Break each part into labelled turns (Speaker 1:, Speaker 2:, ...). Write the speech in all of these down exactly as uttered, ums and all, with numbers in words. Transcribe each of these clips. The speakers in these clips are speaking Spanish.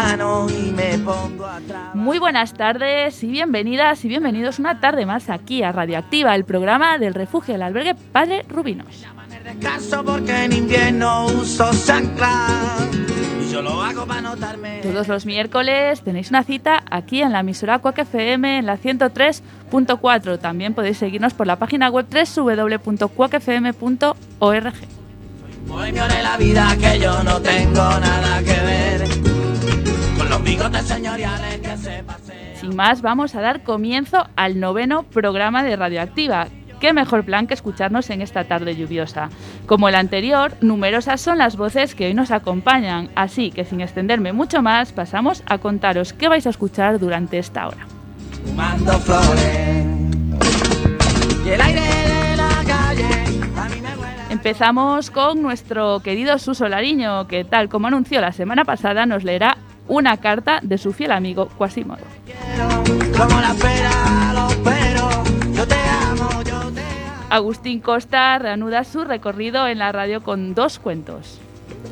Speaker 1: mano y me pongo a trabajar.
Speaker 2: Muy buenas tardes y bienvenidas y bienvenidos una tarde más aquí a Radioactiva, el programa del refugio del albergue Padre Rubinos.
Speaker 1: Descanso porque en invierno uso chanclas y yo lo hago para notarme.
Speaker 2: Todos los miércoles tenéis una cita aquí en la emisora Quack F M en la ciento tres punto cuatro. También podéis seguirnos por la página web doble u doble u doble u punto quack f m punto org.
Speaker 1: Bohemio de la vida que yo no tengo nada que ver con los bigotes señoriales que se pasean.
Speaker 2: Sin más, vamos a dar comienzo al noveno programa de Radioactiva. Qué mejor plan que escucharnos en esta tarde lluviosa. Como el anterior, numerosas son las voces que hoy nos acompañan, así que sin extenderme mucho más, pasamos a contaros qué vais a escuchar durante esta hora.
Speaker 1: Fumando flores y el aire de la calle a mí me huele.
Speaker 2: Empezamos con nuestro querido Suso Lariño, que tal como anunció la semana pasada, nos leerá una carta de su fiel amigo Quasimodo.
Speaker 1: Como la espera, lo espero, yo te amo, yo te amo.
Speaker 2: Agustín Costa reanuda su recorrido en la radio con dos cuentos.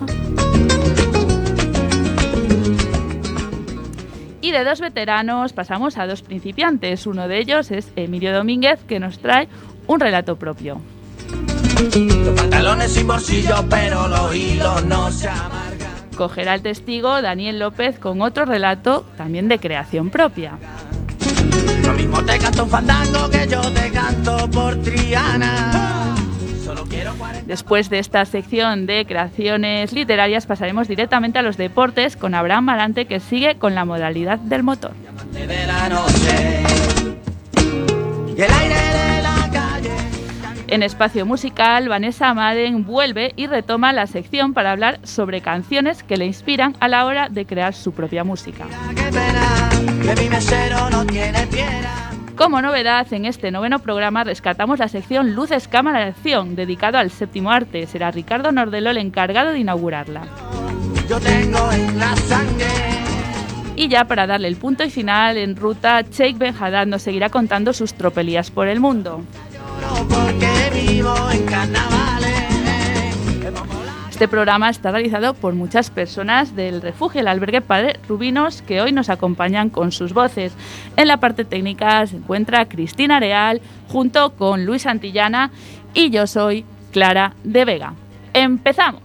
Speaker 2: Y de dos veteranos pasamos a dos principiantes. Uno de ellos es Emilio Domínguez, que nos trae un relato propio.
Speaker 1: Los pantalones sin bolsillo, pero los hilos no se amargan.
Speaker 2: Cogerá el testigo Daniel López con otro relato también de creación propia.
Speaker 1: Lo mismo te canto un fandango que yo te canto por Triana. Solo quiero cuarenta.
Speaker 2: Después de esta sección de creaciones literarias pasaremos directamente a los deportes con Abraham Marante, que sigue con la modalidad del motor.
Speaker 1: Diamante de la noche y el aire de la calle.
Speaker 2: En Espacio Musical, Vanessa Maden vuelve y retoma la sección para hablar sobre canciones que le inspiran a la hora de crear su propia música.
Speaker 1: Qué pena que mi mesero no tiene piedra.
Speaker 2: Como novedad, en este noveno programa rescatamos la sección Luces, Cámara, Acción, dedicado al séptimo arte. Será Ricardo Nordeló el encargado de inaugurarla.
Speaker 1: Yo tengo en la sangre.
Speaker 2: Y ya para darle el punto y final, en ruta, Cheikh Ben Haddad nos seguirá contando sus tropelías por el mundo.
Speaker 1: Lloro porque vivo en carnavales.
Speaker 2: Este programa está realizado por muchas personas del refugio, el albergue Padre Rubinos, que hoy nos acompañan con sus voces. En la parte técnica se encuentra Cristina Areal, junto con Luis Santillana, y yo soy Clara de Vega. ¡Empezamos!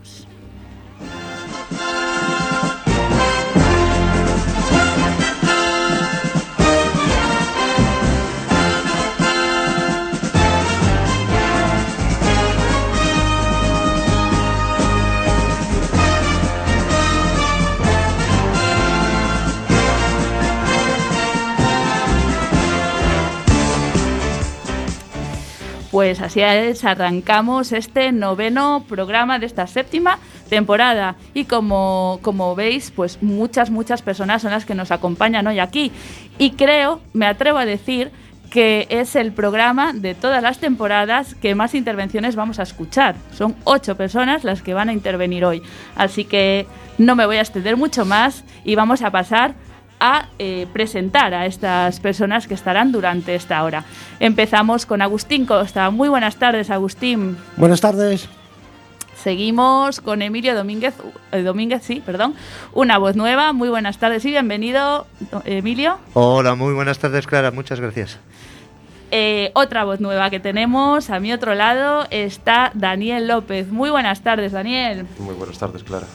Speaker 2: Pues así es, arrancamos este noveno programa de esta séptima temporada y como, como veis, pues muchas, muchas personas son las que nos acompañan hoy aquí y creo, me atrevo a decir, que es el programa de todas las temporadas que más intervenciones vamos a escuchar. Son ocho personas las que van a intervenir hoy, así que no me voy a extender mucho más y vamos a pasar a eh, presentar a estas personas que estarán durante esta hora. Empezamos con Agustín Costa. Muy buenas tardes, Agustín.
Speaker 3: Buenas tardes.
Speaker 2: Seguimos con Emilio Domínguez, eh, Domínguez, sí, perdón, una voz nueva. Muy buenas tardes y bienvenido, Emilio.
Speaker 4: Hola, muy buenas tardes, Clara, muchas gracias.
Speaker 2: Eh, otra voz nueva que tenemos, a mi otro lado está Daniel López. Muy buenas tardes, Daniel.
Speaker 5: Muy buenas tardes, Clara.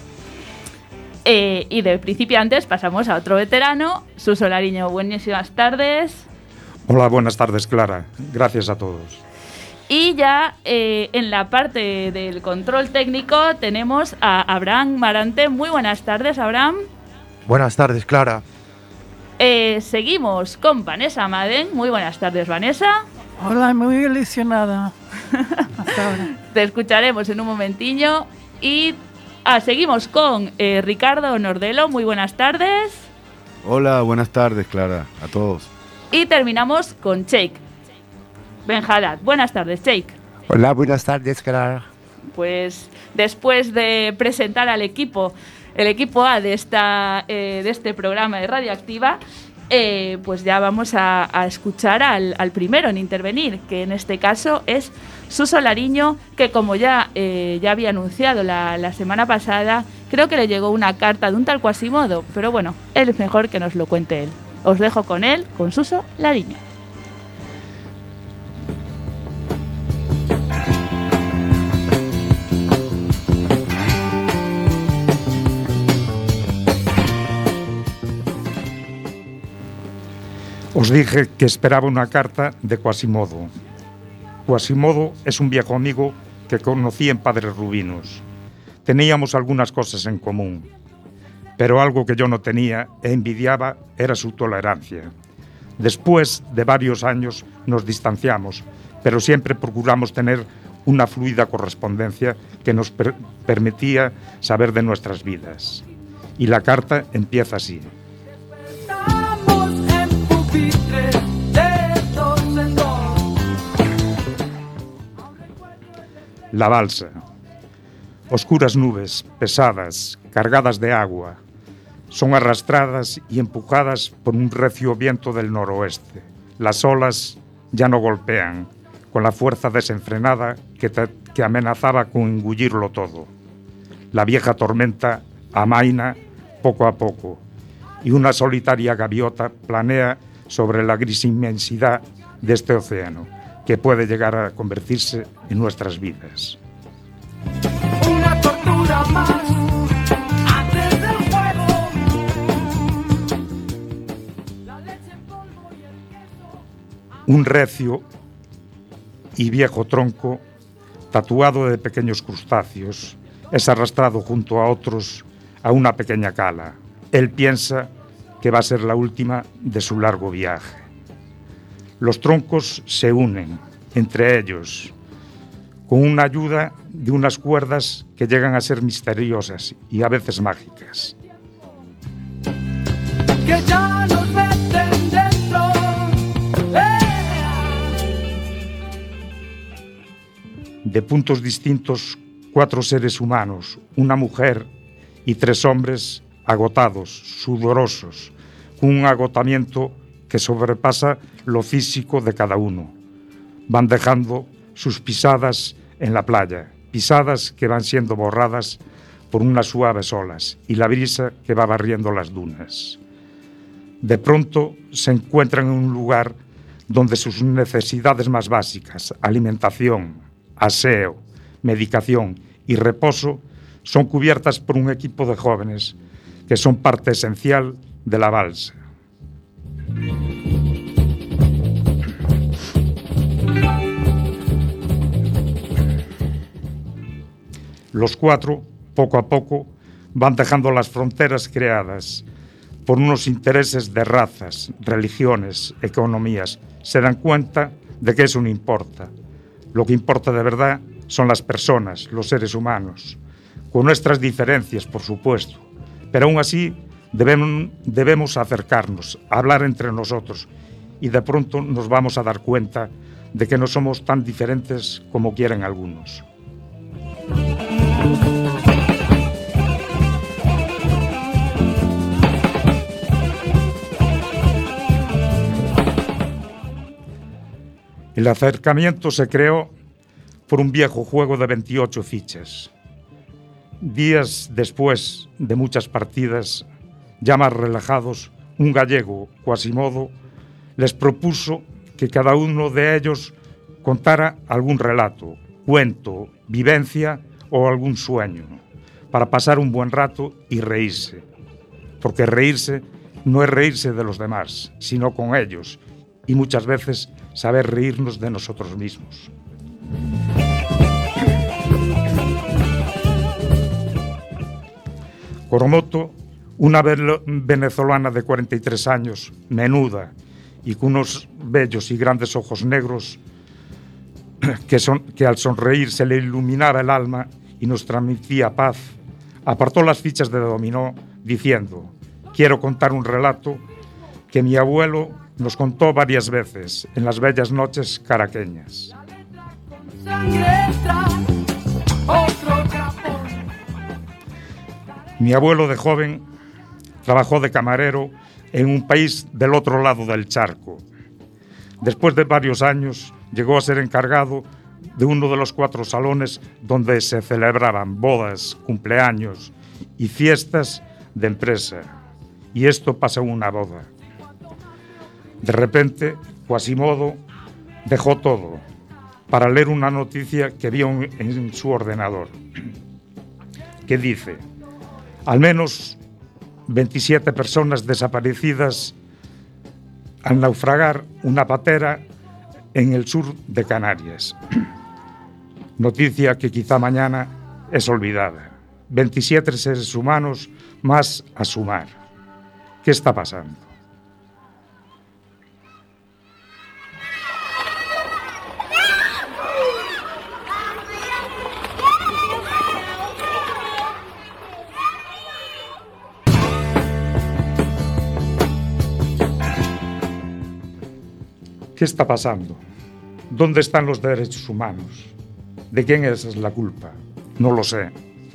Speaker 2: Eh, y de principiantes pasamos a otro veterano, Suso Lariño. Buenísimas tardes.
Speaker 6: Hola, buenas tardes, Clara. Gracias a todos.
Speaker 2: Y ya eh, en la parte del control técnico tenemos a Abraham Marante. Muy buenas tardes, Abraham.
Speaker 4: Buenas tardes, Clara.
Speaker 2: Eh, seguimos con Vanessa Maden. Muy buenas tardes, Vanessa.
Speaker 7: Hola, muy ilusionada. Hasta ahora.
Speaker 2: Te escucharemos en un momentillo. Y ah, seguimos con eh, Ricardo Nordeló. Muy buenas tardes.
Speaker 8: Hola, buenas tardes, Clara, a todos.
Speaker 2: Y terminamos con Cheikh Ben Haddad. Buenas tardes, Cheikh.
Speaker 3: Hola, buenas tardes, Clara.
Speaker 2: Pues después de presentar al equipo, el equipo A de, esta, eh, de este programa de Radioactiva, eh, pues ya vamos a, a escuchar al, al primero en intervenir, que en este caso es Suso Lariño, que como ya, eh, ya había anunciado la, la semana pasada, creo que le llegó una carta de un tal Quasimodo, pero bueno, es mejor que nos lo cuente él. Os dejo con él, con Suso Lariño.
Speaker 6: Os dije que esperaba una carta de Quasimodo. Quasimodo es un viejo amigo que conocí en Padres Rubinos. Teníamos algunas cosas en común, pero algo que yo no tenía e envidiaba era su tolerancia. Después de varios años nos distanciamos, pero siempre procuramos tener una fluida correspondencia que nos per- permitía saber de nuestras vidas. Y la carta empieza así. La balsa. Oscuras nubes, pesadas, cargadas de agua, son arrastradas y empujadas por un recio viento del noroeste. Las olas ya no golpean, con la fuerza desenfrenada que, te, que amenazaba con engullirlo todo. La vieja tormenta amaina poco a poco, y una solitaria gaviota planea sobre la gris inmensidad de este océano, que puede llegar a convertirse en nuestras vidas.
Speaker 1: Una tortura más antes del juego. La leche en polvo y el queso.
Speaker 6: Un recio y viejo tronco, tatuado de pequeños crustáceos, es arrastrado junto a otros a una pequeña cala. Él piensa que va a ser la última de su largo viaje. Los troncos se unen entre ellos con una ayuda de unas cuerdas que llegan a ser misteriosas y a veces mágicas.
Speaker 1: Que ya nos meten dentro.
Speaker 6: De puntos distintos, cuatro seres humanos, una mujer y tres hombres agotados, sudorosos, con un agotamiento que sobrepasa lo físico de cada uno. Van dejando sus pisadas en la playa, pisadas que van siendo borradas por unas suaves olas y la brisa que va barriendo las dunas. De pronto se encuentran en un lugar donde sus necesidades más básicas, alimentación, aseo, medicación y reposo, son cubiertas por un equipo de jóvenes que son parte esencial de la balsa. Los cuatro, poco a poco, van dejando las fronteras creadas por unos intereses de razas, religiones, economías. Se dan cuenta de que eso no importa. Lo que importa de verdad son las personas, los seres humanos, con nuestras diferencias, por supuesto. Pero aún así debemos, debemos acercarnos, hablar entre nosotros y de pronto nos vamos a dar cuenta de que no somos tan diferentes como quieren algunos. El acercamiento se creó por un viejo juego de veintiocho fichas. Días después de muchas partidas, ya más relajados, un gallego, Quasimodo, les propuso que cada uno de ellos contara algún relato, cuento, vivencia o algún sueño, para pasar un buen rato y reírse. Porque reírse no es reírse de los demás, sino con ellos, y muchas veces saber reírnos de nosotros mismos. Coromoto, una venezolana de cuarenta y tres años, menuda y con unos bellos y grandes ojos negros que, son, que al sonreír se le iluminaba el alma y nos transmitía paz, apartó las fichas de dominó diciendo: quiero contar un relato que mi abuelo nos contó varias veces en las bellas noches caraqueñas. Mi abuelo de joven trabajó de camarero en un país del otro lado del charco. Después de varios años llegó a ser encargado de uno de los cuatro salones donde se celebraban bodas, cumpleaños y fiestas de empresa. Y esto pasa en una boda. De repente, Quasimodo dejó todo para leer una noticia que vio en su ordenador, que dice: al menos veintisiete personas desaparecidas al naufragar una patera en el sur de Canarias. Noticia que quizá mañana es olvidada. veintisiete seres humanos más a sumar. ¿Qué está pasando? ¿Qué está pasando? ¿Dónde están los derechos humanos? ¿De quién es la culpa? No lo sé.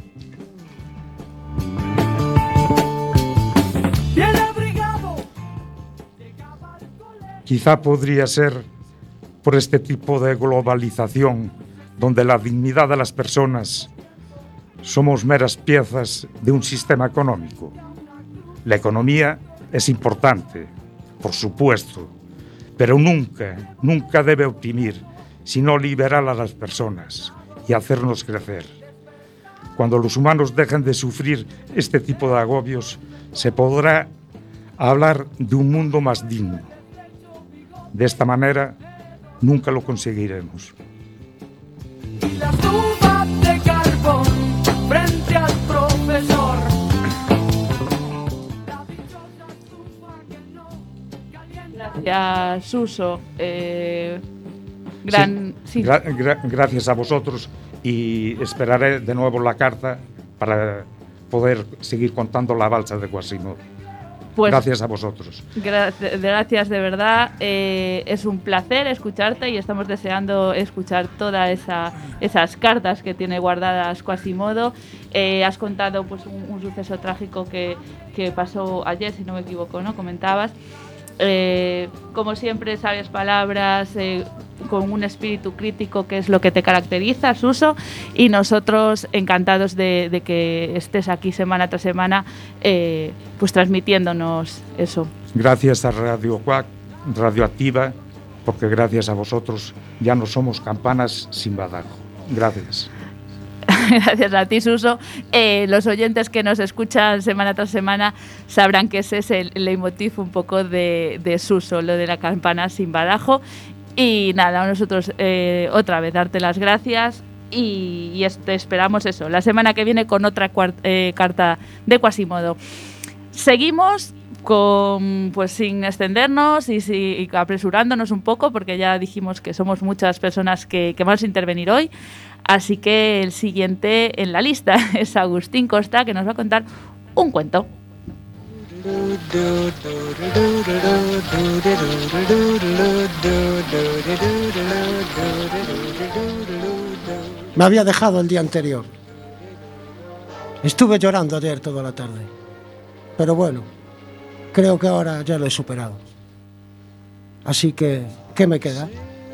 Speaker 6: Quizá podría ser por este tipo de globalización, donde la dignidad de las personas somos meras piezas de un sistema económico. La economía es importante, por supuesto, pero nunca, nunca debe oprimir, sino liberar a las personas y hacernos crecer. Cuando los humanos dejen de sufrir este tipo de agobios, se podrá hablar de un mundo más digno. De esta manera, nunca lo conseguiremos.
Speaker 5: La tuba de carbón frente al profesor.
Speaker 2: Gracias, Suso. Eh, gran,
Speaker 6: sí,
Speaker 2: sí.
Speaker 6: Gra- gra- gracias a vosotros y esperaré de nuevo la carta para poder seguir contando la balsa de Quasimodo.
Speaker 2: Pues,
Speaker 6: gracias a vosotros.
Speaker 2: Gra- gracias de verdad. Eh, es un placer escucharte y estamos deseando escuchar todas esa, esas cartas que tiene guardadas Quasimodo. Eh, has contado pues un, un suceso trágico que, que pasó ayer, si no me equivoco, ¿no? Comentabas. Eh, como siempre, sabias palabras, eh, con un espíritu crítico, que es lo que te caracteriza, Suso, y nosotros encantados de, de que estés aquí semana tras semana, eh, pues transmitiéndonos eso.
Speaker 6: Gracias a Radio Cuac, Radioactiva, porque gracias a vosotros ya no somos campanas sin badajo. Gracias.
Speaker 2: Gracias a ti, Suso. Eh, los oyentes que nos escuchan semana tras semana sabrán que ese es el leitmotiv un poco de, de Suso, lo de la campana sin badajo. Y nada, nosotros eh, otra vez darte las gracias y, y te esperamos eso, la semana que viene con otra cuart- eh, carta de Quasimodo. Seguimos con, pues sin extendernos y, si, y apresurándonos un poco, porque ya dijimos que somos muchas personas que, que vamos a intervenir hoy. Así que el siguiente en la lista es Agustín Costa, que nos va a contar un cuento.
Speaker 3: Me había dejado el día anterior. Estuve llorando ayer toda la tarde. Pero bueno, creo que ahora ya lo he superado. Así que, ¿qué me queda?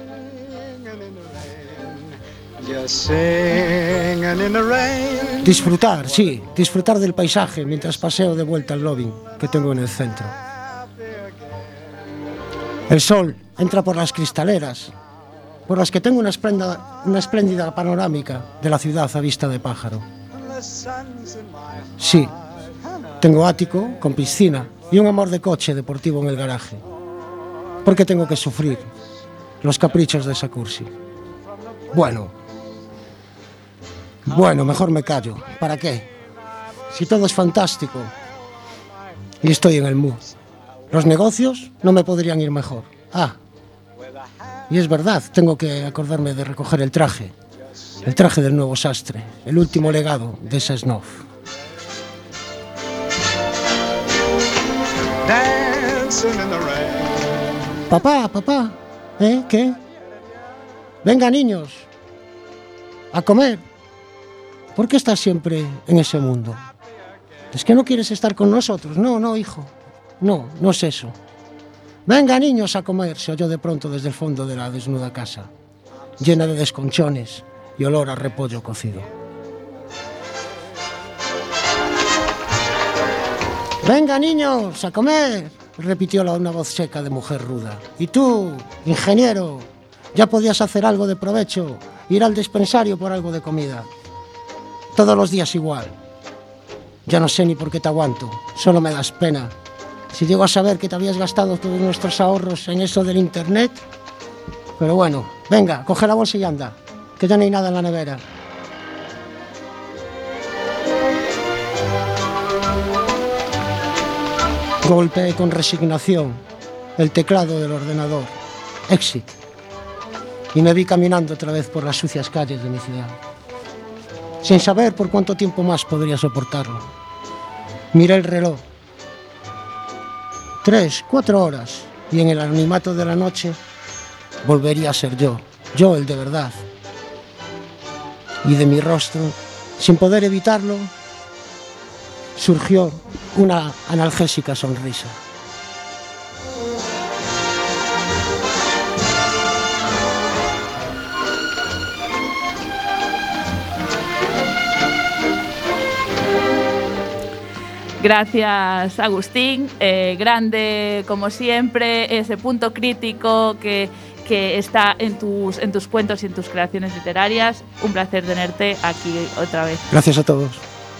Speaker 3: Disfrutar, sí, disfrutar del paisaje mientras paseo de vuelta al lobby que tengo en el centro. El sol entra por las cristaleras, por las que tengo una espléndida, una espléndida panorámica de la ciudad a vista de pájaro. Sí, tengo ático con piscina y un amor de coche deportivo en el garaje. Porque tengo que sufrir los caprichos de esa cursi. Bueno, bueno, mejor me callo. ¿Para qué? Si todo es fantástico y estoy en el mood. Los negocios no me podrían ir mejor. Ah, y es verdad, tengo que acordarme de recoger el traje. El traje del nuevo sastre, el último legado de ese snob. Papá, papá, ¿eh? ¿Qué? Venga, niños, a comer. ¿Por qué estás siempre en ese mundo? ¿Es que no quieres estar con nosotros? No, no, hijo. No, no es eso. Venga, niños, a comer, se oyó de pronto desde el fondo de la desnuda casa, llena de desconchones y olor a repollo cocido. Venga, niños, a comer, repitió una voz seca de mujer ruda. Y tú, ingeniero, ya podías hacer algo de provecho, ir al dispensario por algo de comida. Todos los días igual. Ya no sé ni por qué te aguanto, solo me das pena. Si llego a saber que te habías gastado todos nuestros ahorros en eso del internet. Pero bueno, venga, coge la bolsa y anda, que ya no hay nada en la nevera. Golpeé con resignación el teclado del ordenador. Exit. Y me vi caminando otra vez por las sucias calles de mi ciudad, sin saber por cuánto tiempo más podría soportarlo. Miré el reloj. Tres, cuatro horas. Y en el anonimato de la noche volvería a ser yo, yo el de verdad. Y de mi rostro, sin poder evitarlo, surgió una analgésica sonrisa.
Speaker 2: Gracias, Agustín. Eh, grande, como siempre, ese punto crítico que, que está en tus, en tus cuentos y en tus creaciones literarias. Un placer tenerte aquí otra vez.
Speaker 3: Gracias a todos.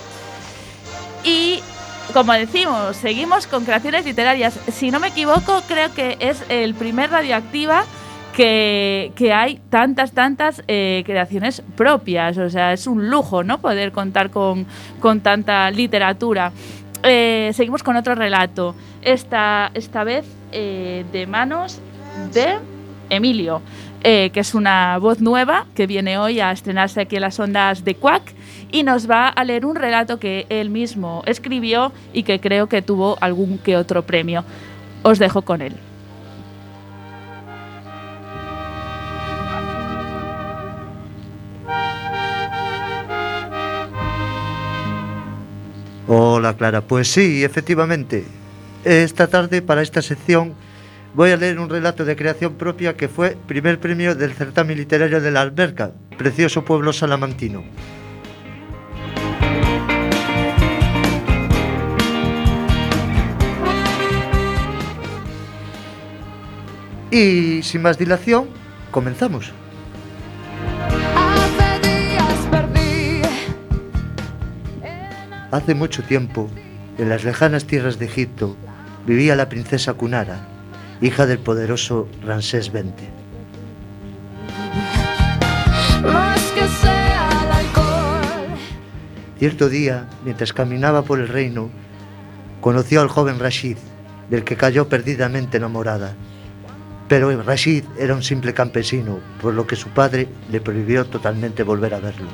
Speaker 2: Y, como decimos, seguimos con creaciones literarias. Si no me equivoco, creo que es el primer Radioactiva que, que hay tantas, tantas eh, creaciones propias. O sea, es un lujo, ¿no?, poder contar con, con tanta literatura. Eh, seguimos con otro relato, esta, esta vez eh, de manos de Emilio, eh, que es una voz nueva que viene hoy a estrenarse aquí en las ondas de Quack y nos va a leer un relato que él mismo escribió y que creo que tuvo algún que otro premio. Os dejo con él.
Speaker 4: Hola, Clara. Pues sí, efectivamente. Esta tarde, para esta sección, voy a leer un relato de creación propia que fue primer premio del certamen literario de la Alberca, precioso pueblo salamantino. Y sin más dilación, comenzamos. Hace mucho tiempo, en las lejanas tierras de Egipto, vivía la princesa Cunara, hija del poderoso Ramsés veinte. Cierto día, mientras caminaba por el reino, conoció al joven Rashid, del que cayó perdidamente enamorada. Pero Rashid era un simple campesino, por lo que su padre le prohibió totalmente volver a verlo.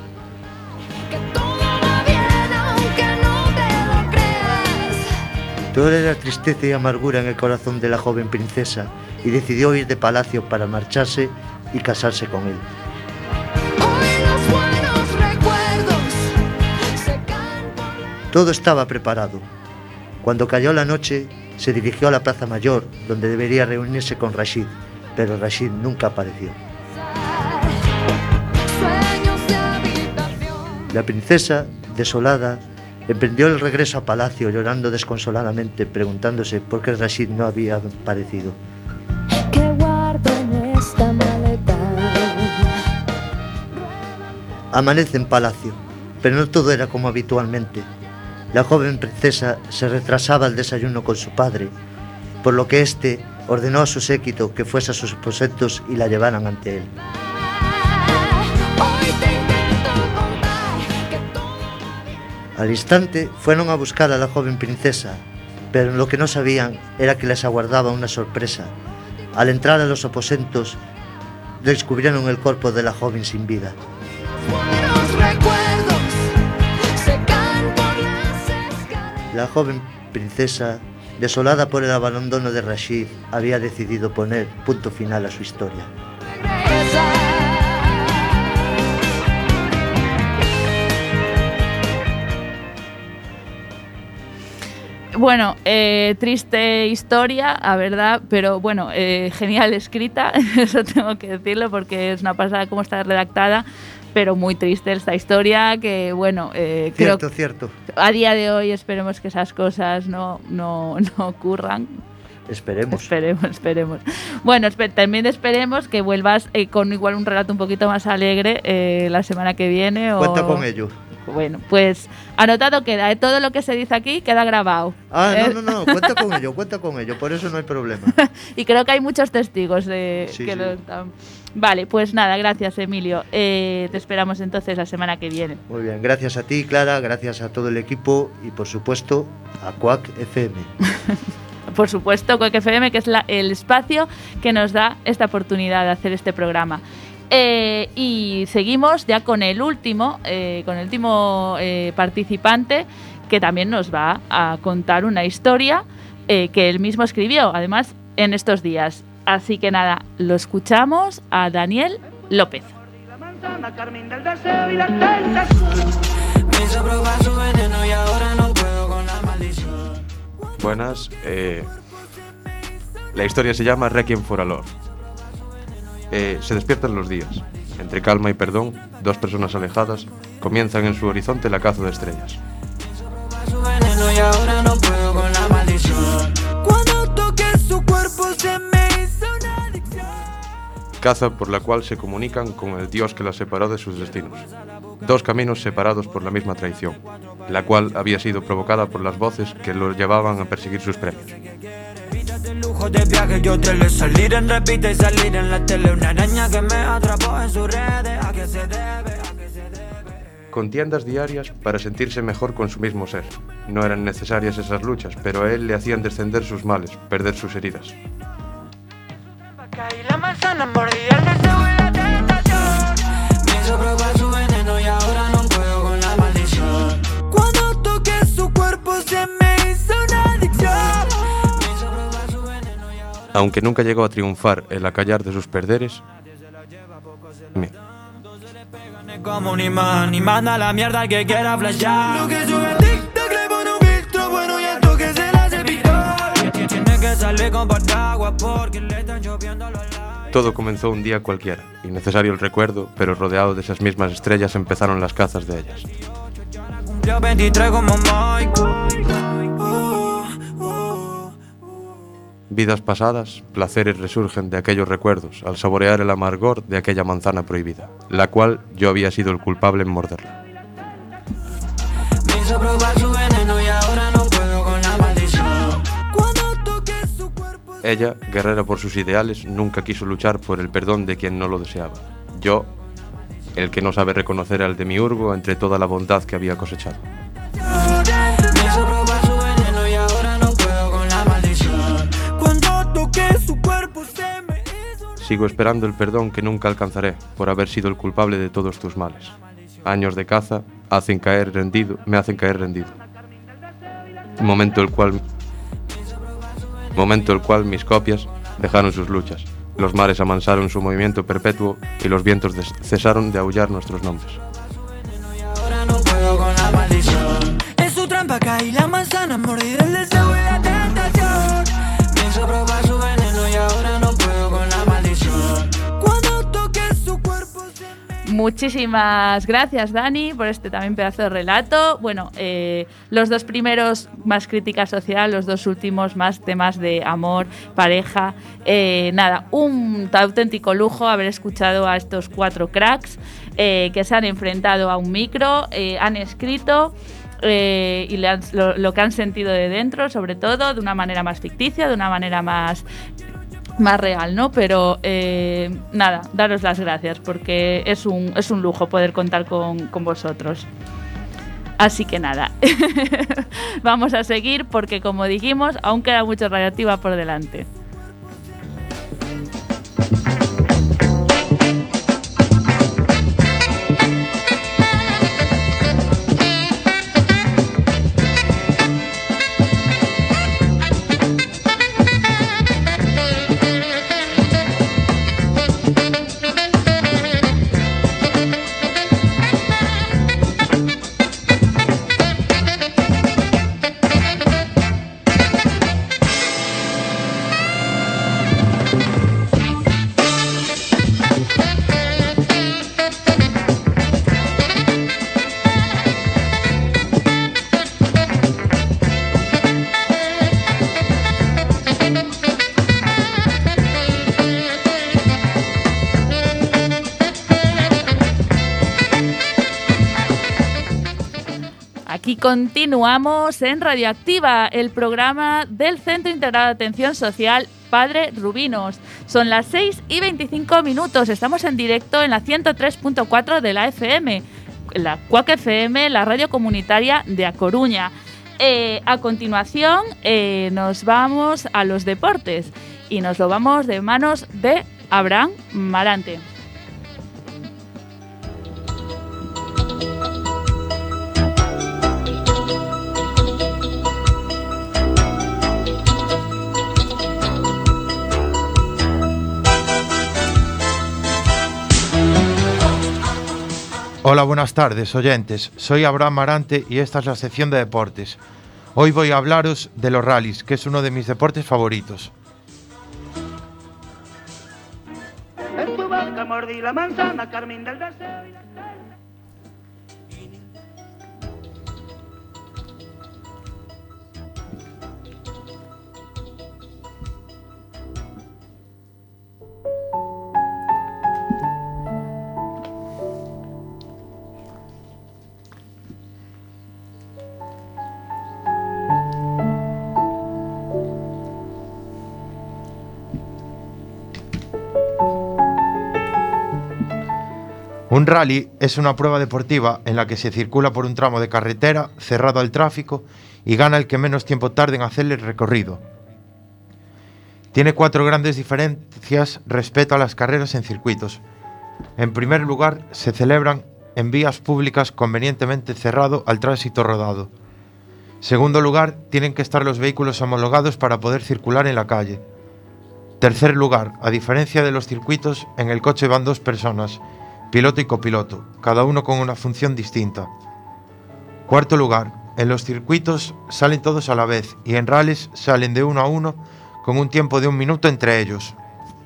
Speaker 4: Todo era tristeza y amargura en el corazón de la joven princesa y decidió ir de palacio para marcharse y casarse con él. Todo estaba preparado. Cuando cayó la noche, se dirigió a la Plaza Mayor, donde debería reunirse con Rashid, pero Rashid nunca apareció. La princesa, desolada, emprendió el regreso a palacio llorando desconsoladamente, preguntándose por qué Rashid no había aparecido.
Speaker 9: ¿Qué guardo en esta maleta?
Speaker 4: Amanece en palacio, pero no todo era como habitualmente. La joven princesa se retrasaba al desayuno con su padre, por lo que éste ordenó a su séquito que fuese a sus aposentos y la llevaran ante él. Al instante fueron a buscar a la joven princesa, pero lo que no sabían era que les aguardaba una sorpresa. Al entrar a los aposentos, descubrieron el cuerpo de la joven sin vida. La joven princesa, desolada por el abandono de Rashid, había decidido poner punto final a su historia.
Speaker 2: Bueno, eh, triste historia, a verdad, pero bueno, eh, genial escrita, eso tengo que decirlo porque es una pasada cómo está redactada. pero muy triste esta historia que, bueno, eh,
Speaker 4: Cierto,
Speaker 2: creo
Speaker 4: cierto.
Speaker 2: a día de hoy esperemos que esas cosas no, no, no ocurran.
Speaker 4: Esperemos.
Speaker 2: Esperemos, esperemos. Bueno, espe- también esperemos que vuelvas eh, con igual un relato un poquito más alegre eh, la semana que viene. O...
Speaker 4: Cuenta con ello.
Speaker 2: Bueno, pues anotado queda, ¿eh? Todo lo que se dice aquí queda grabado.
Speaker 4: Ah,
Speaker 2: ¿eh?
Speaker 4: no, no, no, cuenta con ello, cuenta con ello, por eso no hay problema.
Speaker 2: Y creo que hay muchos testigos de
Speaker 4: Sí,
Speaker 2: que
Speaker 4: sí.
Speaker 2: lo están. Vale, pues nada, gracias Emilio. Eh, te esperamos entonces la semana que viene.
Speaker 4: Muy bien, gracias a ti, Clara, gracias a todo el equipo y por supuesto a Quack F M.
Speaker 2: Por supuesto, Quack F M, que es la- el espacio que nos da esta oportunidad de hacer este programa. Eh, y seguimos ya con el último, eh, con el último eh, participante que también nos va a contar una historia eh, que él mismo escribió, además, en estos días. Así que nada, lo escuchamos a Daniel López.
Speaker 10: Buenas, eh, la historia se llama Requiem for a Lord. Eh, se despiertan los días. Entre calma y perdón, dos personas alejadas comienzan en su horizonte la caza de estrellas. Caza por la cual se comunican con el Dios que las separó de sus destinos. Dos caminos separados por la misma traición, la cual había sido provocada por las voces que lo llevaban a perseguir sus premios. Contiendas diarias para sentirse mejor con su mismo ser. No eran necesarias esas luchas, pero a él le hacían descender sus males, perder sus heridas.
Speaker 5: La manzana mordía el deseo y la tentación. Me hizo probar su veneno y ahora no puedo con la maldición. Cuando toqué su cuerpo se me hizo una adicción. Me hizo probar su veneno y ahora...
Speaker 10: Aunque nunca llegó a triunfar el acallar de sus perderes, me-
Speaker 5: Como un imán y manda la mierda al que quiera flashear. Lo que sube en TikTok le pone un filtro bueno y el toque se la hace picar. Tiene que salir con paraguas porque le están lloviendo los labios.
Speaker 10: todo comenzó un día cualquiera, innecesario el recuerdo, pero rodeado de esas mismas estrellas empezaron las cazas de ellas.
Speaker 5: Cumplió veintitrés como Mike.
Speaker 10: Vidas pasadas, placeres resurgen de aquellos recuerdos al saborear el amargor de aquella manzana prohibida, la cual yo había sido el culpable en morderla.
Speaker 5: Me hizo probar su veneno y ahora no puedo con la maldición. Cuando toqué su cuerpo...
Speaker 10: Ella, guerrera por sus ideales, nunca quiso luchar por el perdón de quien no lo deseaba. Yo, el que no sabe reconocer al demiurgo entre toda la bondad que había cosechado.
Speaker 5: Me hizo probar su veneno y ahora no puedo con la maldición. Cuando toqué su cuerpo se me hizo...
Speaker 10: Sigo esperando el perdón que nunca alcanzaré por haber sido el culpable de todos tus males. Años de caza hacen caer rendido, me hacen caer rendido. Momento el cual, momento el cual mis copias dejaron sus luchas. Los mares amansaron su movimiento perpetuo y los vientos des- cesaron de aullar nuestros nombres.
Speaker 5: Ahora no puedo con la maldición. En su trampa caí la manzana, mordida el deseo y la tentación. Me hizo probar su veneno y ahora no puedo con la maldición. Cuando toqué su cuerpo se me...
Speaker 2: Muchísimas gracias, Dani, por este también pedazo de relato. Bueno, eh, los dos primeros más crítica social, los dos últimos más temas de amor, pareja. Eh, nada, un auténtico lujo haber escuchado a estos cuatro cracks eh, que se han enfrentado a un micro, eh, han escrito eh, y le han- lo, lo que han sentido de dentro, sobre todo, de una manera más ficticia, de una manera más... más real, ¿no? Pero eh, nada, daros las gracias porque es un, es un lujo poder contar con, con vosotros. Así que nada, vamos a seguir porque como dijimos, aún queda mucho Radioactiva por delante. aquí continuamos en Radioactiva, el programa del Centro Integrado de Atención Social Padre Rubinos. Son las seis y veinticinco minutos. Estamos en directo en la ciento tres punto cuatro de la F M, la Cuac F M, la radio comunitaria de A Coruña. Eh, a continuación eh, nos vamos a los deportes y nos lo vamos de manos de Abraham Marante.
Speaker 11: Hola, buenas tardes, oyentes. Soy Abraham Marante y esta es la sección de deportes. Hoy voy a hablaros de los rallies, que es uno de mis deportes favoritos.
Speaker 12: En tu boca mordí la manzana, Carmín del deseo y la...
Speaker 11: Un rally es una prueba deportiva en la que se circula por un tramo de carretera cerrado al tráfico y gana el que menos tiempo tarde en hacer el recorrido. Tiene cuatro grandes diferencias respecto a las carreras en circuitos. En primer lugar, se celebran en vías públicas convenientemente cerrado al tránsito rodado. Segundo lugar, tienen que estar los vehículos homologados para poder circular en la calle. Tercer lugar, a diferencia de los circuitos, en el coche van dos personas, piloto y copiloto, cada uno con una función distinta. Cuarto lugar, en los circuitos salen todos a la vez y en rallies salen de uno a uno con un tiempo de un minuto entre ellos.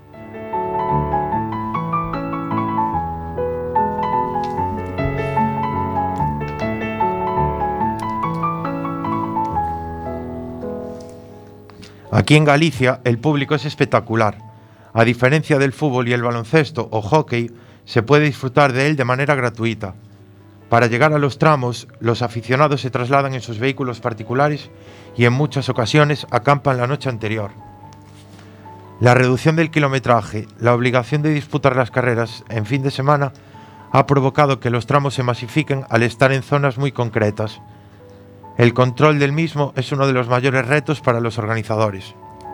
Speaker 11: Aquí en Galicia el público es espectacular. A diferencia del fútbol y el baloncesto o hockey, se puede disfrutar de él de manera gratuita. Para llegar a los tramos, los aficionados se trasladan en sus vehículos particulares y en muchas ocasiones acampan la noche anterior. La reducción del kilometraje, la obligación de disputar las carreras en fin de semana, ha provocado que los tramos se masifiquen al estar en zonas muy concretas. El control del mismo es uno de los mayores retos para los organizadores.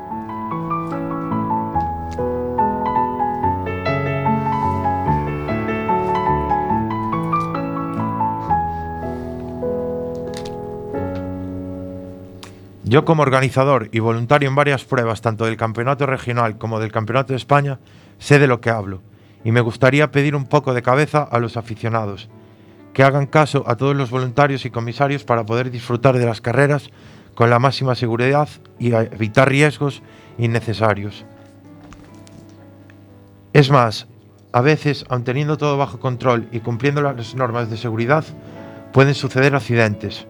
Speaker 11: Yo, como organizador y voluntario en varias pruebas, tanto del campeonato regional como del campeonato de España, sé de lo que hablo, y me gustaría pedir un poco de cabeza a los aficionados, que hagan caso a todos los voluntarios y comisarios para poder disfrutar de las carreras con la máxima seguridad y evitar riesgos innecesarios. Es más, a veces, aun teniendo todo bajo control y cumpliendo las normas de seguridad, pueden suceder accidentes.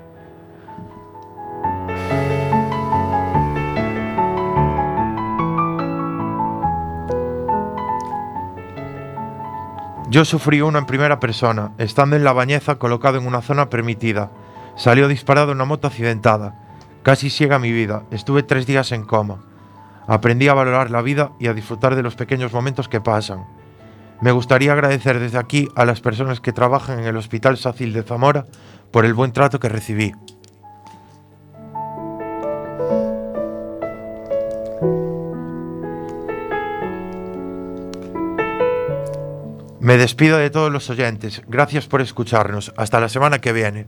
Speaker 11: Yo sufrí uno en primera persona, estando en La Bañeza colocado en una zona permitida. Salió disparado una moto accidentada. Casi ciega mi vida, estuve tres días en coma. Aprendí a valorar la vida y a disfrutar de los pequeños momentos que pasan. Me gustaría agradecer desde aquí a las personas que trabajan en el Hospital Sacil de Zamora por el buen trato que recibí. Me despido de todos los oyentes. Gracias por escucharnos. Hasta la semana que viene.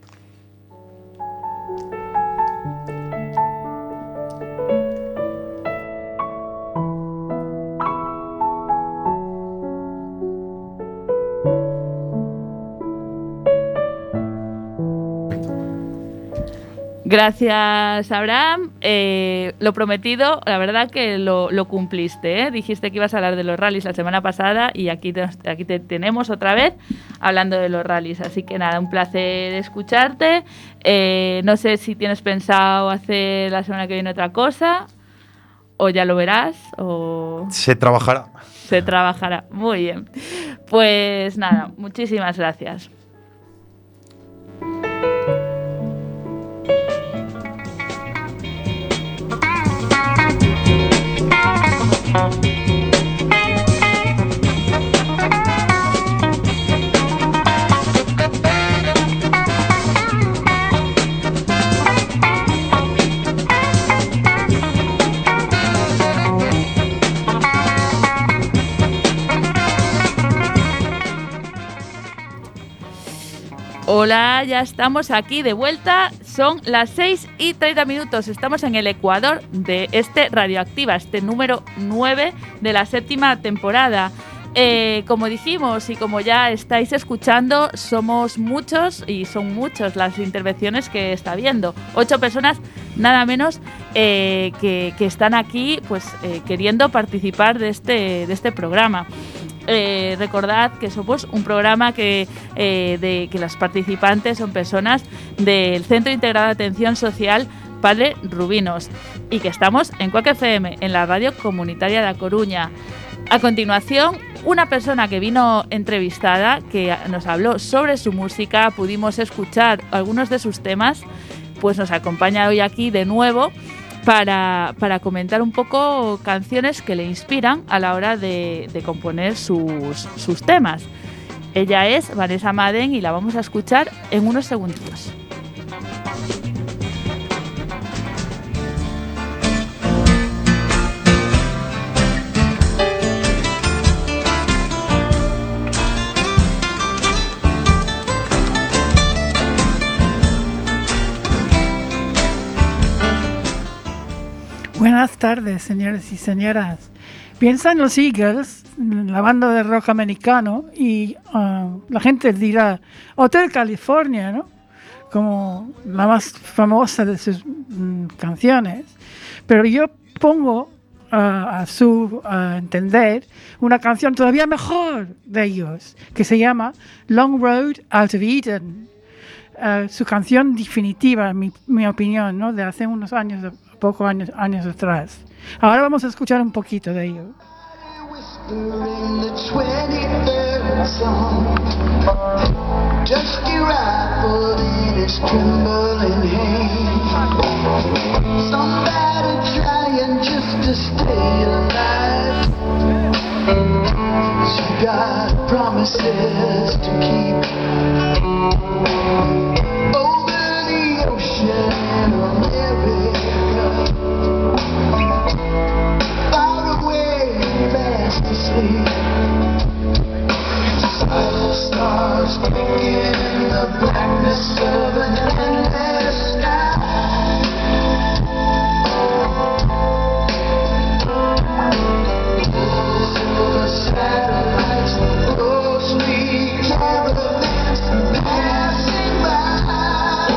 Speaker 2: Gracias, Abraham. Eh, lo prometido, la verdad que lo, lo cumpliste, ¿eh? Dijiste que ibas a hablar de los rallies la semana pasada y aquí te, aquí te tenemos otra vez hablando de los rallies. Así que nada, un placer escucharte. Eh, no sé si tienes pensado hacer la semana que viene otra cosa o ya lo verás o...
Speaker 11: Se trabajará.
Speaker 2: Se trabajará. Muy bien. Pues nada, muchísimas gracias. Hola, ya estamos aquí de vuelta. Son las seis y treinta minutos. Estamos en el Ecuador de este Radioactiva, este número nueve de la séptima temporada. Eh, como dijimos y como ya estáis escuchando, somos muchos y son muchas las intervenciones que está viendo. Ocho personas, nada menos, eh, que, que están aquí pues eh, queriendo participar de este, de este programa. Eh, recordad que somos un programa que, eh, de, que las participantes son personas del Centro Integrado de Atención Social Padre Rubinos y que estamos en Cuac F M, en la radio comunitaria de A Coruña. A continuación, una persona que vino entrevistada, que nos habló sobre su música, pudimos escuchar algunos de sus temas, pues nos acompaña hoy aquí de nuevo para, para comentar un poco canciones que le inspiran a la hora de, de componer sus, sus temas. Ella es Vanessa Madden y la vamos a escuchar en unos segunditos.
Speaker 7: Buenas tardes, señores y señoras. Piensa en los Eagles, la banda de rock americano, y uh, la gente dirá Hotel California, ¿no? Como la más famosa de sus mm, canciones. Pero yo pongo uh, a su uh, entender una canción todavía mejor de ellos, que se llama Long Road Out of Eden. Uh, su canción definitiva, en mi, mi opinión, ¿no? De hace unos años, pocos años, años atrás. Ahora vamos a escuchar un poquito de ello.
Speaker 5: Stars blinking in the blackness of an endless sky. Silver satellites, ghostly caravans passing by.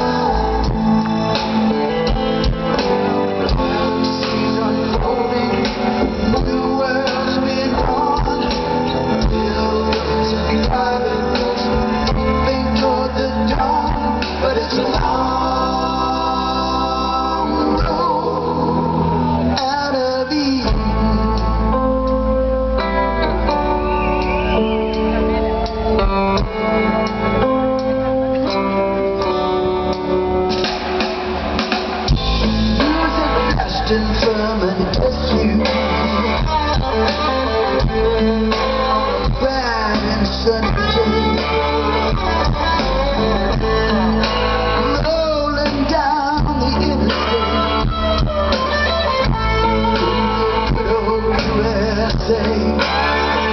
Speaker 5: Galaxies unfolding, new worlds being born. Billions of particles moving toward the dawn, but it's a long road out of Eden. Music destined from an S U V, bright and sunny day, rolling down the interstate, good old U S A.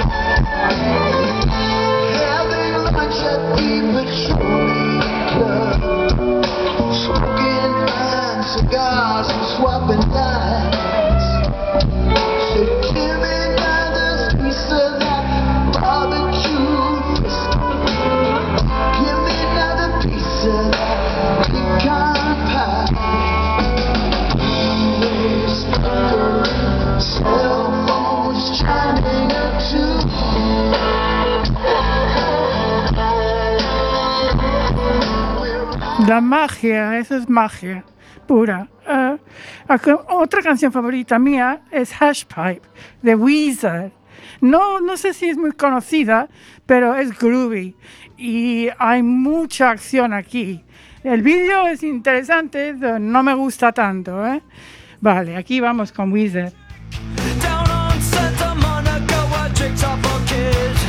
Speaker 5: Having lunch at the Petroleum Club, smoking fine cigars and swapping lines. Said, give me another piece of that barbecue biscuit. Give me another piece of that pecan pie. Always flickering, cell phones chiming up too.
Speaker 7: La magia, eso es magia pura. Uh, otra canción favorita mía es Hash Pipe de Weezer. No, no sé si es muy conocida, pero es groovy y hay mucha acción aquí. El vídeo es interesante, no me gusta tanto, ¿eh? Vale, aquí vamos con Weezer.
Speaker 5: Down on Santa Monica, what tricks are for kids?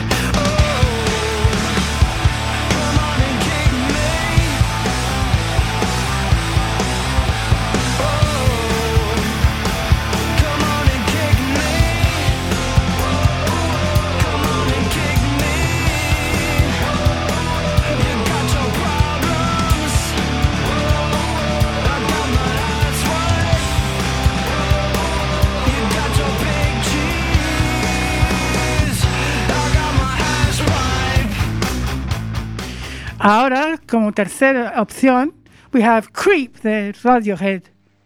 Speaker 5: Problem
Speaker 7: Ahora, como tercera opción, we have Creep de Radiohead.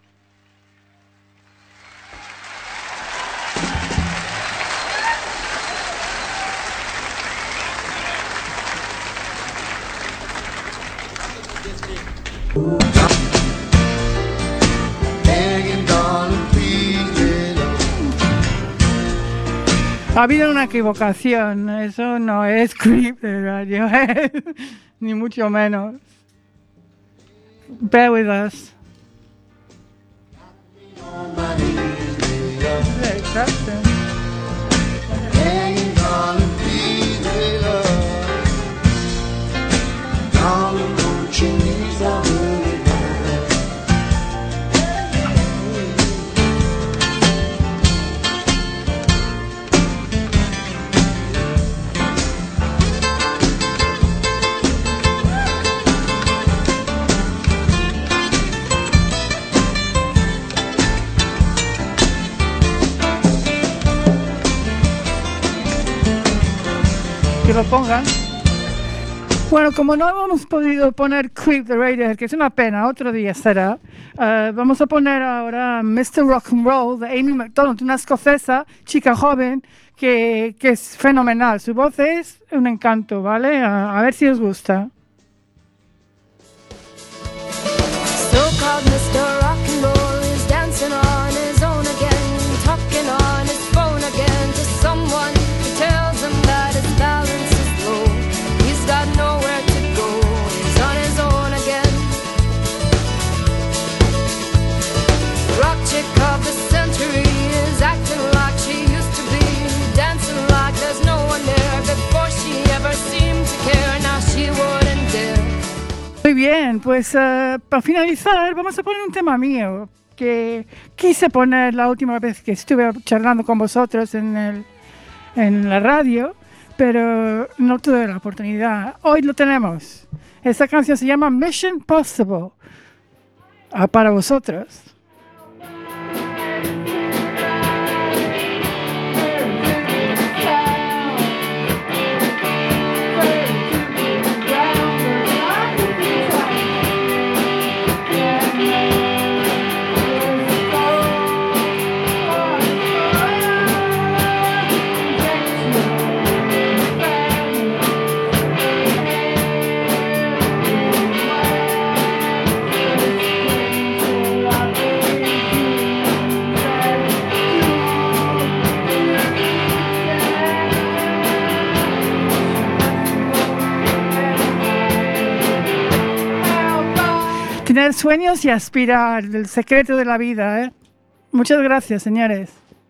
Speaker 7: Ha habido una equivocación, eso no es Creep de Radiohead, ni mucho menos. Bear with us. Que lo pongan. Bueno, como no hemos podido poner Creep de Radiohead, que es una pena, otro día será, uh, vamos a poner ahora mister Rock and Roll de Amy Macdonald, una escocesa, chica joven, que, que es fenomenal. Su voz es un encanto, ¿vale? A, a ver si os gusta.
Speaker 9: So-called mister Rock and Roll is dancing on his own again, talking on his phone again to someone who tells him that his balance is low. He's got nowhere to go, he's on his own again. Rock chick of the century is acting like she used to be, dancing like there's no one there. Before she ever seemed to care, now she wouldn't dare.
Speaker 7: Muy bien, pues uh, para finalizar vamos a poner un tema mío que quise poner la última vez que estuve charlando con vosotros en, el, en la radio, pero no tuve la oportunidad. Hoy lo tenemos. Esta canción se llama Mission Possible, uh, para vosotros. Tener sueños y aspirar, el secreto de la vida, ¿eh? Muchas gracias, señores.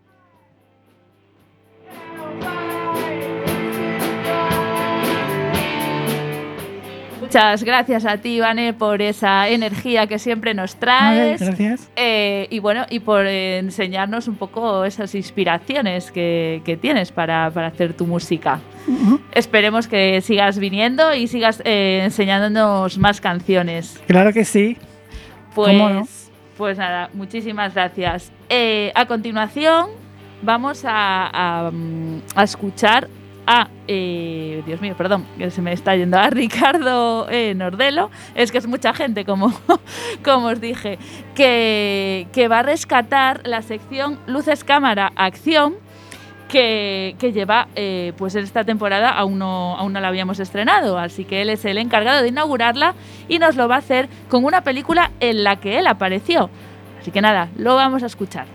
Speaker 2: Muchas gracias a ti, Vane, por esa energía que siempre nos traes.
Speaker 7: Vale, gracias.
Speaker 2: Eh, y bueno, y por eh, enseñarnos un poco esas inspiraciones que, que tienes para, para hacer tu música. Uh-huh. Esperemos que sigas viniendo y sigas eh, enseñándonos más canciones.
Speaker 7: Claro que sí.
Speaker 2: Pues,
Speaker 7: ¿Cómo no?
Speaker 2: Pues nada, muchísimas gracias. Eh, a continuación vamos a, a, a escuchar a, eh, Dios mío, perdón, que se me está yendo, a Ricardo eh, Nordelo. Es que es mucha gente, como, como os dije, que, que va a rescatar la sección Luces, Cámara, Acción, que, que lleva eh, pues esta temporada aún no, aún no la habíamos estrenado, así que él es el encargado de inaugurarla y nos lo va a hacer con una película en la que él apareció. Así que nada, lo vamos a escuchar.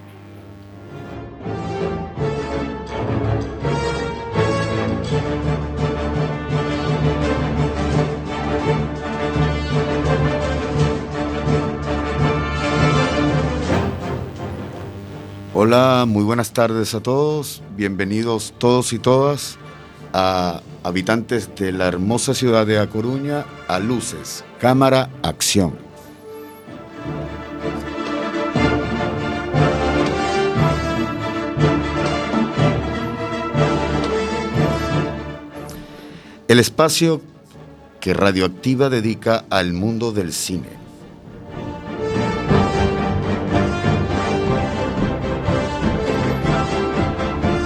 Speaker 8: Hola, muy buenas tardes a todos. Bienvenidos todos y todas a habitantes de la hermosa ciudad de A Coruña a Luces, Cámara, Acción. El espacio que Radioactiva dedica al mundo del cine.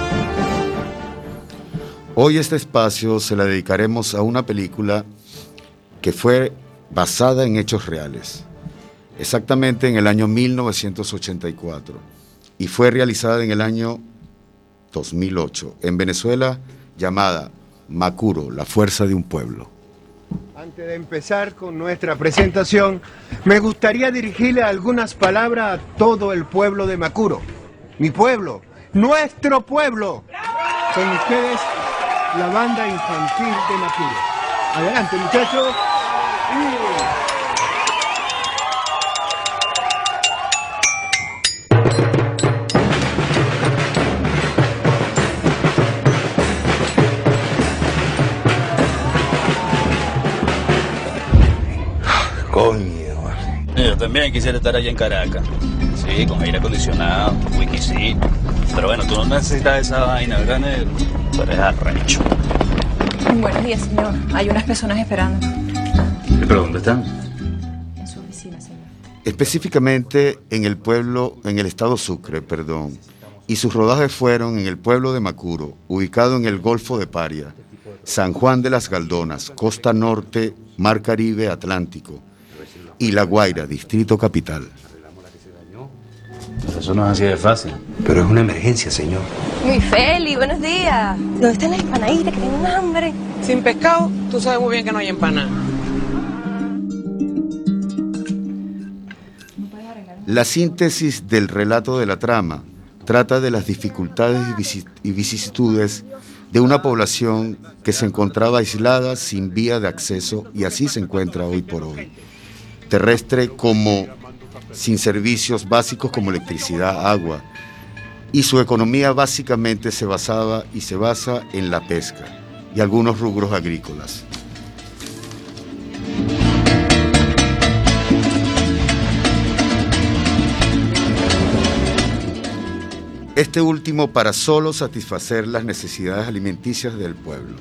Speaker 8: Hoy este espacio se la dedicaremos a una película que fue basada en hechos reales, exactamente en el año mil novecientos ochenta y cuatro, y fue realizada en el año dos mil ocho, en Venezuela, llamada Macuro, la fuerza de un pueblo.
Speaker 13: Antes de empezar con nuestra presentación, me gustaría dirigirle algunas palabras a todo el pueblo de Macuro. Mi pueblo, nuestro pueblo. Con ustedes, la banda infantil de Macuro. Adelante, muchachos.
Speaker 14: Coño, yo también quisiera estar allá en Caracas. Sí, con aire acondicionado, wiki, pero bueno, tú no necesitas esa vaina, ¿verdad, negro? Tú eres arrecho.
Speaker 15: Buenos días, señor. Hay unas personas esperando.
Speaker 14: ¿Pero dónde están?
Speaker 15: En su oficina, señor.
Speaker 8: Específicamente en el pueblo, en el estado Sucre, perdón, y sus rodajes fueron en el pueblo de Macuro, ubicado en el Golfo de Paria, San Juan de las Galdonas, Costa Norte, Mar Caribe, Atlántico, y La Guaira, Distrito Capital.
Speaker 14: Pero eso no es así de fácil. Pero es una emergencia, señor.
Speaker 15: Uy, Feli, buenos días. ¿Dónde están las empanaditas? Que tengo un hambre.
Speaker 16: Sin pescado, tú sabes muy bien que no hay empanada.
Speaker 8: La síntesis del relato de la trama trata de las dificultades y, vici- y vicisitudes de una población que se encontraba aislada sin vía de acceso, y así se encuentra hoy por hoy, terrestre como sin servicios básicos como electricidad, agua, y su economía básicamente se basaba y se basa en la pesca y algunos rubros agrícolas. Este último para solo satisfacer las necesidades alimenticias del pueblo.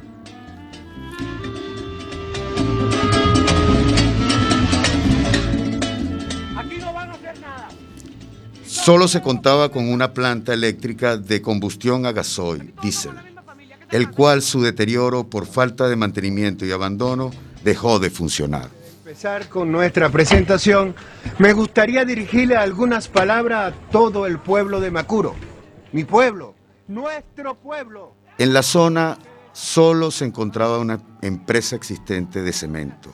Speaker 8: Solo se contaba con una planta eléctrica de combustión a gasoil, diésel, el cual su deterioro por falta de mantenimiento y abandono dejó de funcionar.
Speaker 13: Empezar con nuestra presentación, me gustaría dirigirle algunas palabras a todo el pueblo de Macuro. Mi pueblo, nuestro pueblo.
Speaker 8: En la zona solo se encontraba una empresa existente de cemento,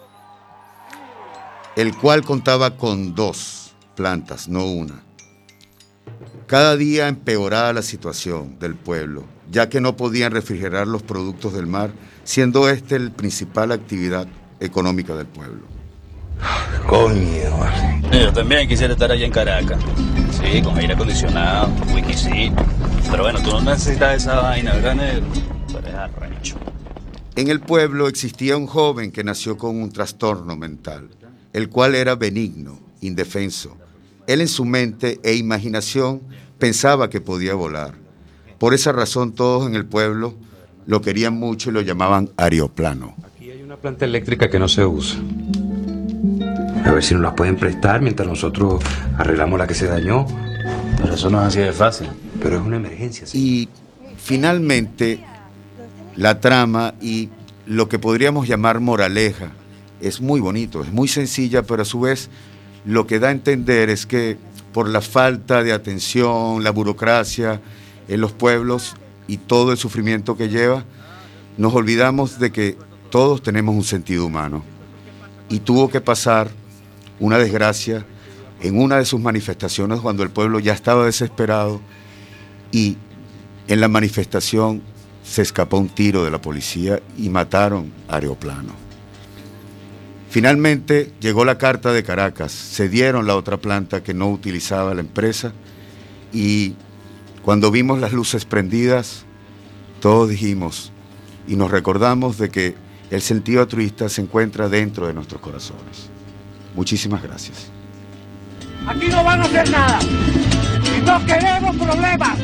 Speaker 8: el cual contaba con dos plantas, no una. Cada día empeoraba la situación del pueblo, ya que no podían refrigerar los productos del mar, siendo este la principal actividad económica del pueblo.
Speaker 14: Coño, yo también quisiera estar allá en Caracas. Sí, con aire acondicionado, wiki, pero bueno, tú no necesitas esa vaina, ¿verdad, negro? Tú eres arrecho.
Speaker 8: En el pueblo existía un joven que nació con un trastorno mental, el cual era benigno, indefenso. Él en su mente e imaginación pensaba que podía volar. Por esa razón todos en el pueblo lo querían mucho y lo llamaban Aeroplano.
Speaker 10: Aquí hay una planta eléctrica que no se usa. A ver si nos la pueden prestar mientras nosotros arreglamos la que se dañó. Pero eso no es así de fácil. Pero es una emergencia. ¿Sí?
Speaker 8: Y finalmente la trama y lo que podríamos llamar moraleja es muy bonito, es muy sencilla, pero a su vez lo que da a entender es que por la falta de atención, la burocracia en los pueblos y todo el sufrimiento que lleva, nos olvidamos de que todos tenemos un sentido humano. Y tuvo que pasar una desgracia en una de sus manifestaciones cuando el pueblo ya estaba desesperado y en la manifestación se escapó un tiro de la policía y mataron a Aeroplano. Finalmente llegó la carta de Caracas, cedieron la otra planta que no utilizaba la empresa y cuando vimos las luces prendidas, todos dijimos y nos recordamos de que el sentido altruista se encuentra dentro de nuestros corazones. Muchísimas gracias.
Speaker 12: Aquí no van a hacer nada. Y no queremos problemas.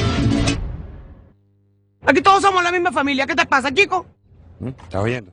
Speaker 16: Aquí todos somos la misma familia. ¿Qué te pasa, chico?
Speaker 10: ¿Estás oyendo?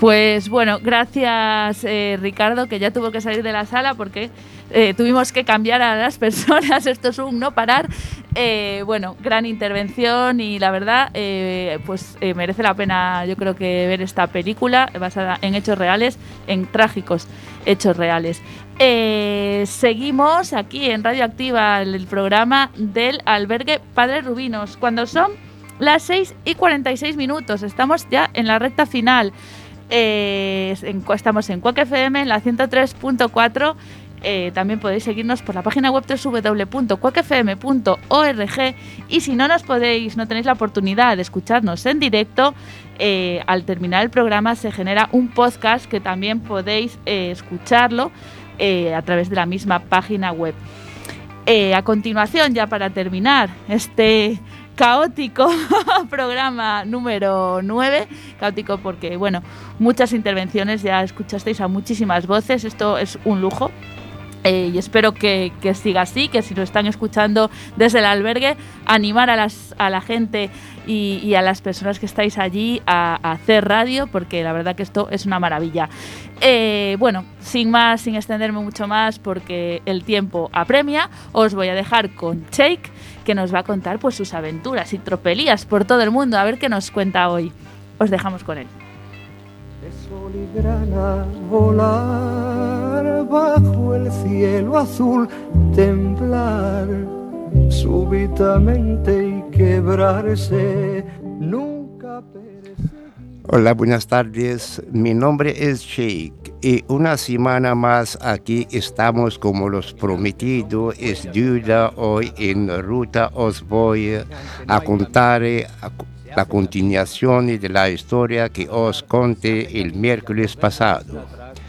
Speaker 2: Pues bueno, gracias eh, Ricardo, que ya tuvo que salir de la sala porque eh, tuvimos que cambiar a las personas, esto es un no parar. Eh, bueno, gran intervención y la verdad, eh, pues eh, merece la pena, yo creo que ver esta película basada en hechos reales, en trágicos hechos reales. Eh, seguimos aquí en Radioactiva, el, el programa del albergue Padre Rubinos, cuando son las seis y cuarenta y seis minutos, estamos ya en la recta final. Eh, en, estamos en Quack F M, en la ciento tres punto cuatro. Eh, también podéis seguirnos por la página web doble u doble u doble u punto quack f m punto org, y si no nos podéis, no tenéis la oportunidad de escucharnos en directo, eh, al terminar el programa se genera un podcast que también podéis eh, escucharlo eh, a través de la misma página web. Eh, a continuación, ya para terminar este caótico programa número nueve, caótico porque, bueno, muchas intervenciones, ya escuchasteis a muchísimas voces, esto es un lujo. Eh, y espero que, que siga así, que si lo están escuchando desde el albergue, animar a, las, a la gente y, y a las personas que estáis allí a, a hacer radio, porque la verdad que esto es una maravilla. Eh, bueno, sin más, sin extenderme mucho más, porque el tiempo apremia, os voy a dejar con Shake, que nos va a contar pues sus aventuras y tropelías por todo el mundo. A ver qué nos cuenta hoy. Os dejamos con él.
Speaker 17: Sol y grana volar bajo el cielo azul, temblar súbitamente y quebrarse, nunca perecer.
Speaker 18: Hola, buenas tardes. Mi nombre es Sheikh y una semana más aquí estamos como los prometidos. Es duda hoy en ruta. Os voy a contar a la continuación de la historia que os conté el miércoles pasado.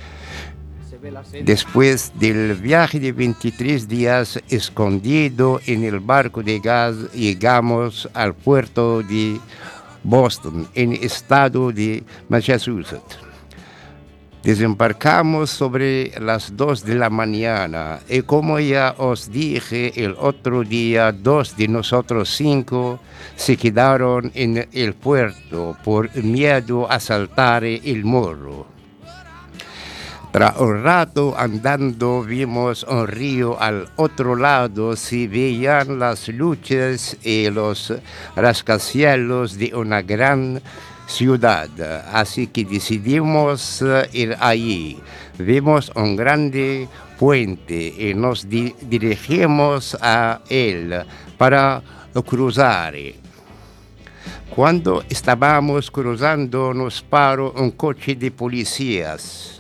Speaker 18: Después del viaje de veintitrés días escondido en el barco de gas, llegamos al puerto de Boston, en el estado de Massachusetts. Desembarcamos sobre las dos de la mañana y, como ya os dije el otro día, dos de nosotros cinco se quedaron en el puerto por miedo a saltar el muro. Tras un rato andando vimos un río al otro lado, se veían las luces y los rascacielos de una gran ciudad, así que decidimos ir allí. Vimos un grande puente y nos di- dirigimos a él para cruzar. Cuando estábamos cruzando nos paró un coche de policías.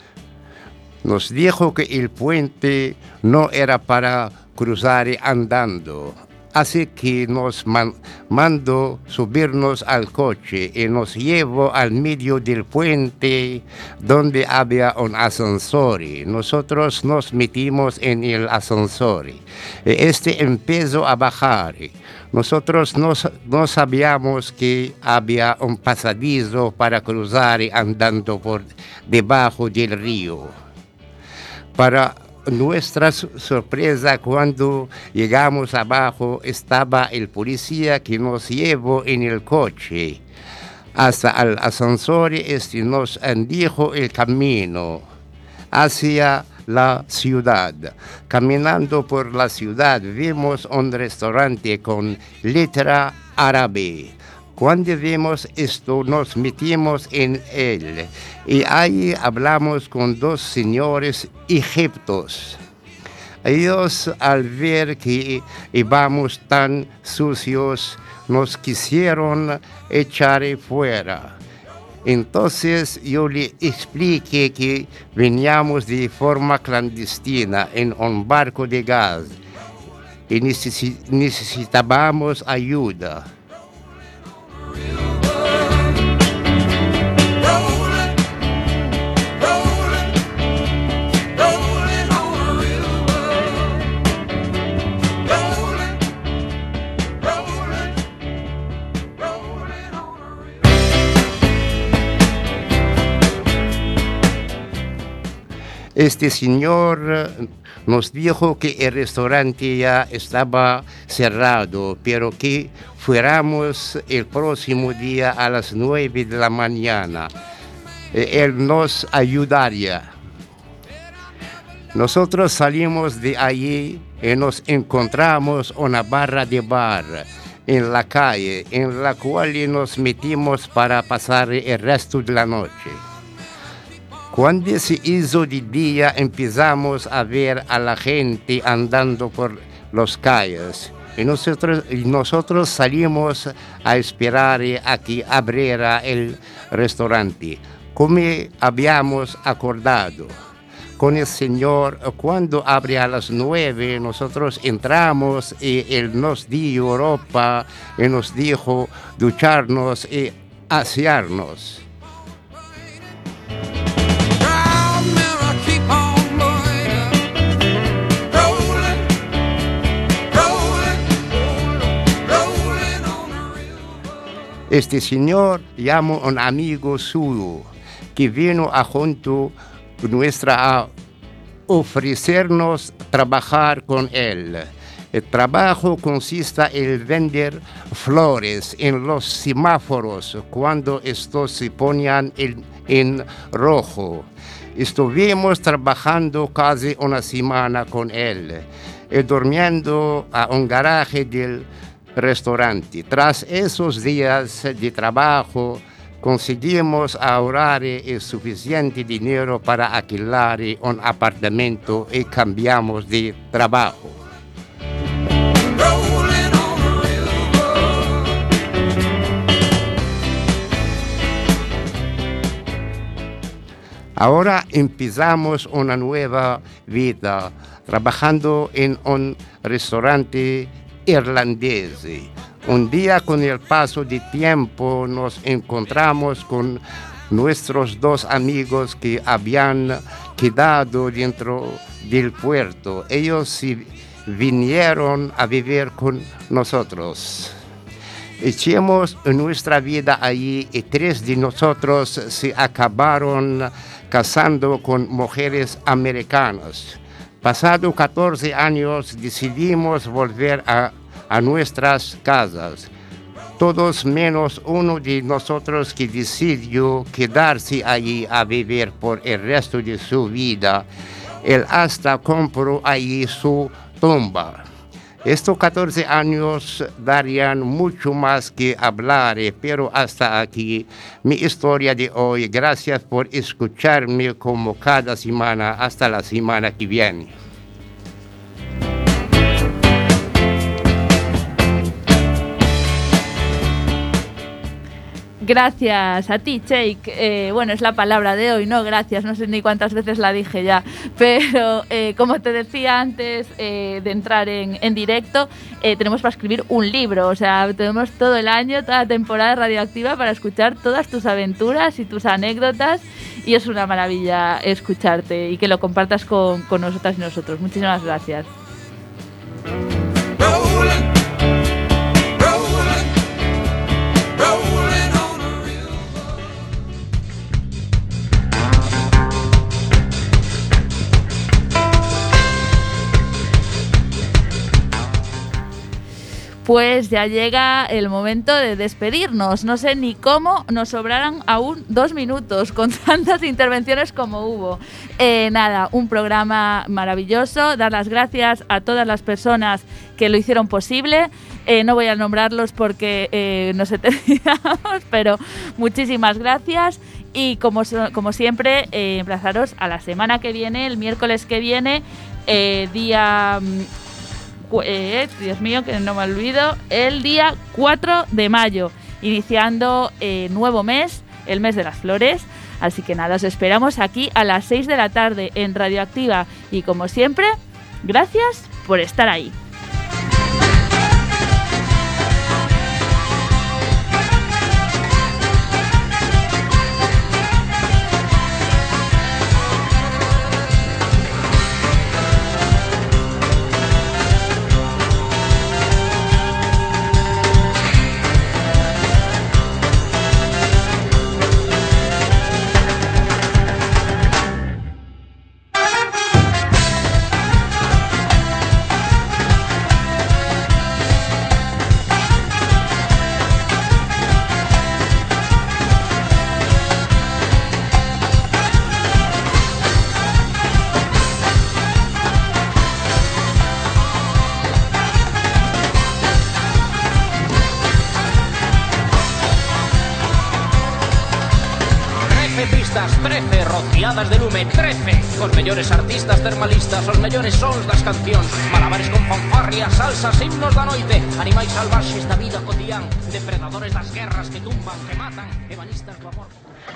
Speaker 18: Nos dijo que el puente no era para cruzar andando. Así que nos man- mandó subirnos al coche y nos llevó al medio del puente donde había un ascensor. Nosotros nos metimos en el ascensor. Este empezó a bajar. Nosotros no, no sabíamos que había un pasadizo para cruzar andando por debajo del río. Para nuestra sorpresa, cuando llegamos abajo, estaba el policía que nos llevó en el coche hasta el ascensor. Este nos indicó el camino hacia la ciudad. Caminando por la ciudad vimos un restaurante con letra árabe. Cuando vimos esto, nos metimos en él y ahí hablamos con dos señores egipcios. Ellos, al ver que íbamos tan sucios, nos quisieron echar fuera. Entonces yo le expliqué que veníamos de forma clandestina en un barco de gas y necesi- necesitábamos ayuda. Este señor nos dijo que el restaurante ya estaba cerrado, pero que fuéramos el próximo día a las nueve de la mañana. eh, Él nos ayudaría. Nosotros salimos de allí y nos encontramos una barra de bar en la calle, en la cual nos metimos para pasar el resto de la noche. Cuando se hizo de día, empezamos a ver a la gente andando por las calles. Y nosotros, y nosotros salimos a esperar a que abriera el restaurante, como habíamos acordado con el Señor. Cuando abre a las nueve, nosotros entramos y Él nos dio ropa y nos dijo ducharnos y asearnos. Este señor llamó a un amigo suyo que vino a junto nuestra a ofrecernos trabajar con él. El trabajo consiste en vender flores en los semáforos cuando estos se ponían en, en rojo. Estuvimos trabajando casi una semana con él y durmiendo a un garaje del restaurante. Tras esos días de trabajo, conseguimos ahorrar el suficiente dinero para alquilar un apartamento y cambiamos de trabajo. Ahora empezamos una nueva vida, trabajando en un restaurante irlandés. Un día, con el paso del tiempo, nos encontramos con nuestros dos amigos que habían quedado dentro del puerto. Ellos sí vinieron a vivir con nosotros. Echamos nuestra vida allí y tres de nosotros se acabaron casando con mujeres americanas. Pasado catorce años decidimos volver a, a nuestras casas. Todos menos uno de nosotros que decidió quedarse allí a vivir por el resto de su vida. Él hasta compró allí su tumba. Estos catorce años darían mucho más que hablar, pero hasta aquí mi historia de hoy. Gracias por escucharme como cada semana. Hasta la semana que viene.
Speaker 2: Gracias a ti, Cheik. Eh, bueno, es la palabra de hoy, ¿no? Gracias, no sé ni cuántas veces la dije ya. Pero, eh, como te decía antes eh, de entrar en, en directo, eh, tenemos para escribir un libro. O sea, tenemos todo el año, toda la temporada radioactiva para escuchar todas tus aventuras y tus anécdotas. Y es una maravilla escucharte y que lo compartas con, con nosotras y nosotros. Muchísimas gracias. Pues ya llega el momento de despedirnos. No sé ni cómo nos sobraran aún dos minutos con tantas intervenciones como hubo. Eh, nada, un programa maravilloso. Dar las gracias a todas las personas que lo hicieron posible. Eh, no voy a nombrarlos porque eh, no sé, teníamos, pero muchísimas gracias. Y como, como siempre, eh, emplazaros a la semana que viene, el miércoles que viene, eh, día... Eh, Dios mío, que no me olvido, el día cuatro de mayo, iniciando eh, nuevo mes, el mes de las flores. Así que nada, os esperamos aquí a las seis de la tarde en Radioactiva. Y como siempre, gracias por estar ahí.
Speaker 19: trece pistas, trece rociadas de lume, trece cos mellores artistas termalistas, os mellores sons das cancións, malabares con fanfarrias, salsas, himnos da noite, animais salvaxes da vida cotián, depredadores das guerras que tumban, que matan, ebanistas do amor.